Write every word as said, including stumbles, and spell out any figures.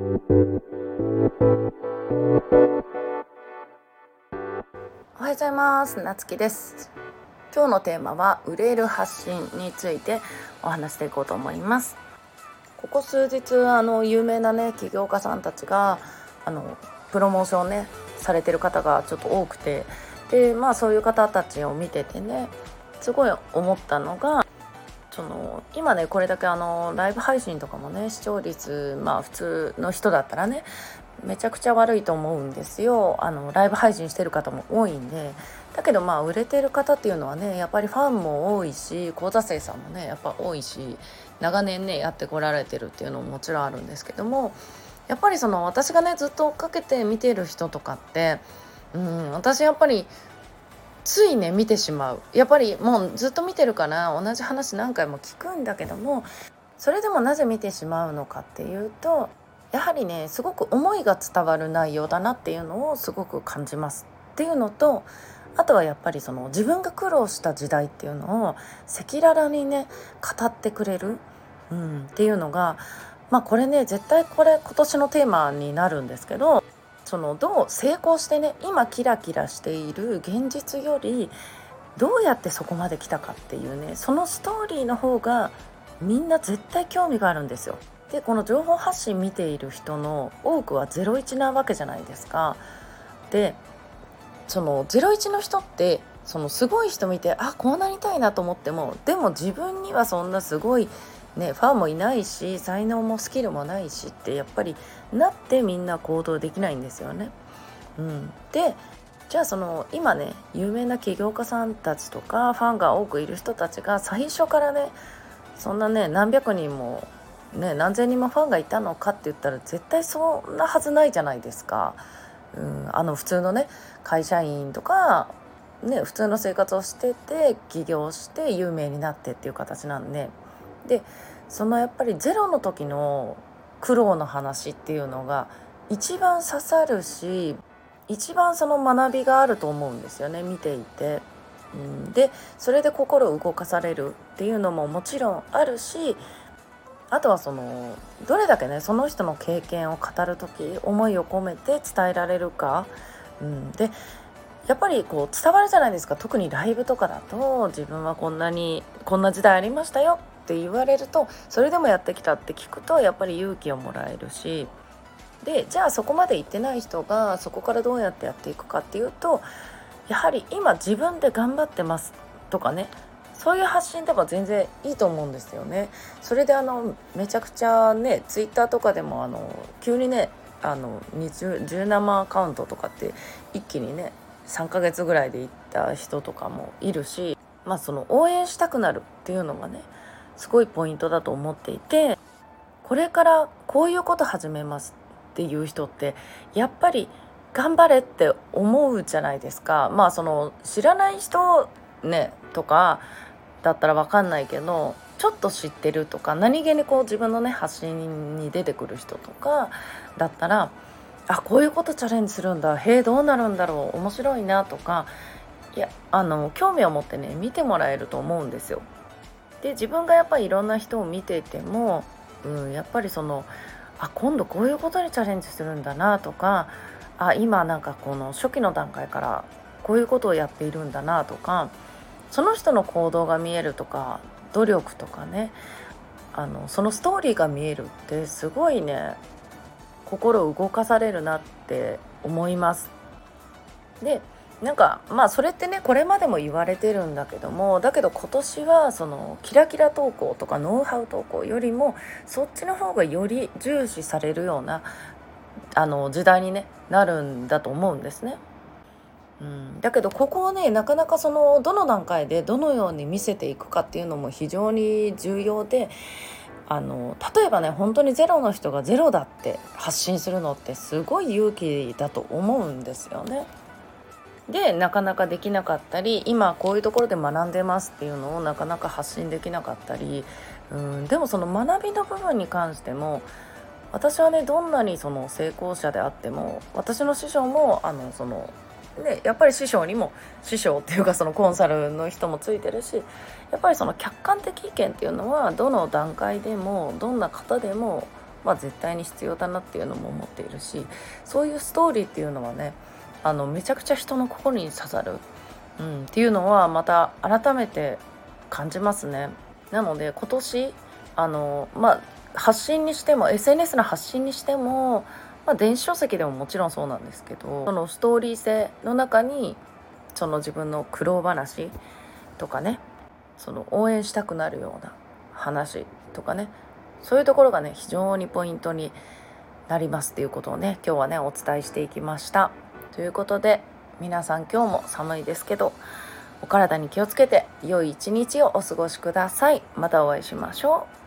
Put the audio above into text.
おはようございます。なつきです。今日のテーマは売れる発信についてお話していこうと思います。ここ数日あの有名なね起業家さんたちがあのプロモーションねされてる方がちょっと多くて、でまあそういう方たちを見ててねすごい思ったのが、その今ねこれだけあのライブ配信とかもね視聴率まあ普通の人だったらねめちゃくちゃ悪いと思うんですよ。あのライブ配信してる方も多いんで。だけどまあ売れてる方っていうのはねやっぱりファンも多いし、講座生さんもねやっぱ多いし、長年ねやってこられてるっていうのももちろんあるんですけども、やっぱりその私がねずっと追っかけて見てる人とかって、うん私やっぱりついね見てしまう。やっぱりもうずっと見てるから同じ話何回も聞くんだけども、それでもなぜ見てしまうのかっていうと、やはりねすごく思いが伝わる内容だなっていうのをすごく感じますっていうのと、あとはやっぱりその自分が苦労した時代っていうのを赤裸々にね語ってくれる、うん、っていうのが、まあこれね絶対これ今年のテーマになるんですけど、そのどう成功してね今キラキラしている現実よりどうやってそこまで来たかっていうね、そのストーリーの方がみんな絶対興味があるんですよ。でこの情報発信見ている人の多くはゼロイチなわけじゃないですか。でそのゼロイチの人ってそのすごい人見てあこうなりたいなと思っても、でも自分にはそんなすごいねファンもいないし才能もスキルもないしってやっぱりなってみんな行動できないんですよね。うん、でじゃあその今ね有名な起業家さんたちとかファンが多くいる人たちが最初からねそんなね何百人もね何千人もファンがいたのかって言ったら絶対そんなはずないじゃないですか。うん、あの普通のね会社員とか、ね、普通の生活をしてて起業して有名になってっていう形なんで、でそのやっぱりゼロの時の苦労の話っていうのが一番刺さるし、一番その学びがあると思うんですよね見ていて。うん、でそれで心を動かされるっていうのももちろんあるし、あとはそのどれだけねその人の経験を語る時思いを込めて伝えられるか、うん、でやっぱりこう伝わるじゃないですか。特にライブとかだと自分はこんなにこんな時代ありましたよって言われると、それでもやってきたって聞くとやっぱり勇気をもらえるし、でじゃあそこまで行ってない人がそこからどうやってやっていくかっていうと、やはり今自分で頑張ってますとかね、そういう発信でも全然いいと思うんですよね。それであのめちゃくちゃねツイッターとかでもあの急にねあのにじゅう、じゅうななアカウントとかって一気にねさんかげつぐらいで行った人とかもいるし、まあその応援したくなるっていうのがねすごいポイントだと思っていて、これからこういうこと始めますっていう人ってやっぱり頑張れって思うじゃないですか。まあその知らない人ねとかだったら分かんないけど、ちょっと知ってるとか何気にこう自分のね発信に出てくる人とかだったら、あこういうことチャレンジするんだ、へえどうなるんだろう面白いなとか、いやあの興味を持ってね見てもらえると思うんですよ。で自分がやっぱりいろんな人を見ていても、うん、やっぱりそのあ今度こういうことにチャレンジするんだなとか、あ今なんかこの初期の段階からこういうことをやっているんだなとか、その人の行動が見えるとか努力とかね、あのそのストーリーが見えるってすごいね心を動かされるなって思います。でなんかまあそれってねこれまでも言われてるんだけども、だけど今年はそのキラキラ投稿とかノウハウ投稿よりもそっちの方がより重視されるようなあの時代に、ね、なるんだと思うんですね。うん、だけどここをねなかなかそのどの段階でどのように見せていくかっていうのも非常に重要で、あの例えばね本当にゼロの人がゼロだって発信するのってすごい勇気だと思うんですよね。でなかなかできなかったり、今こういうところで学んでますっていうのをなかなか発信できなかったり、うん、でもその学びの部分に関しても私はねどんなにその成功者であっても、私の師匠もあのそのねやっぱり師匠にも師匠っていうかそのコンサルの人もついてるし、やっぱりその客観的意見っていうのはどの段階でもどんな方でもまあ、絶対に必要だなっていうのも思っているし、そういうストーリーっていうのはね、あのめちゃくちゃ人の心に刺さる、うん、っていうのはまた改めて感じますね。なので今年あの、まあ、発信にしても エスエヌエス の発信にしても、まあ、電子書籍でももちろんそうなんですけど、そのストーリー性の中にその自分の苦労話とかね、その応援したくなるような話とかね、そういうところがね非常にポイントになりますっていうことをね今日はねお伝えしていきました。ということで皆さん今日も寒いですけどお体に気をつけて良い一日をお過ごしください。またお会いしましょう。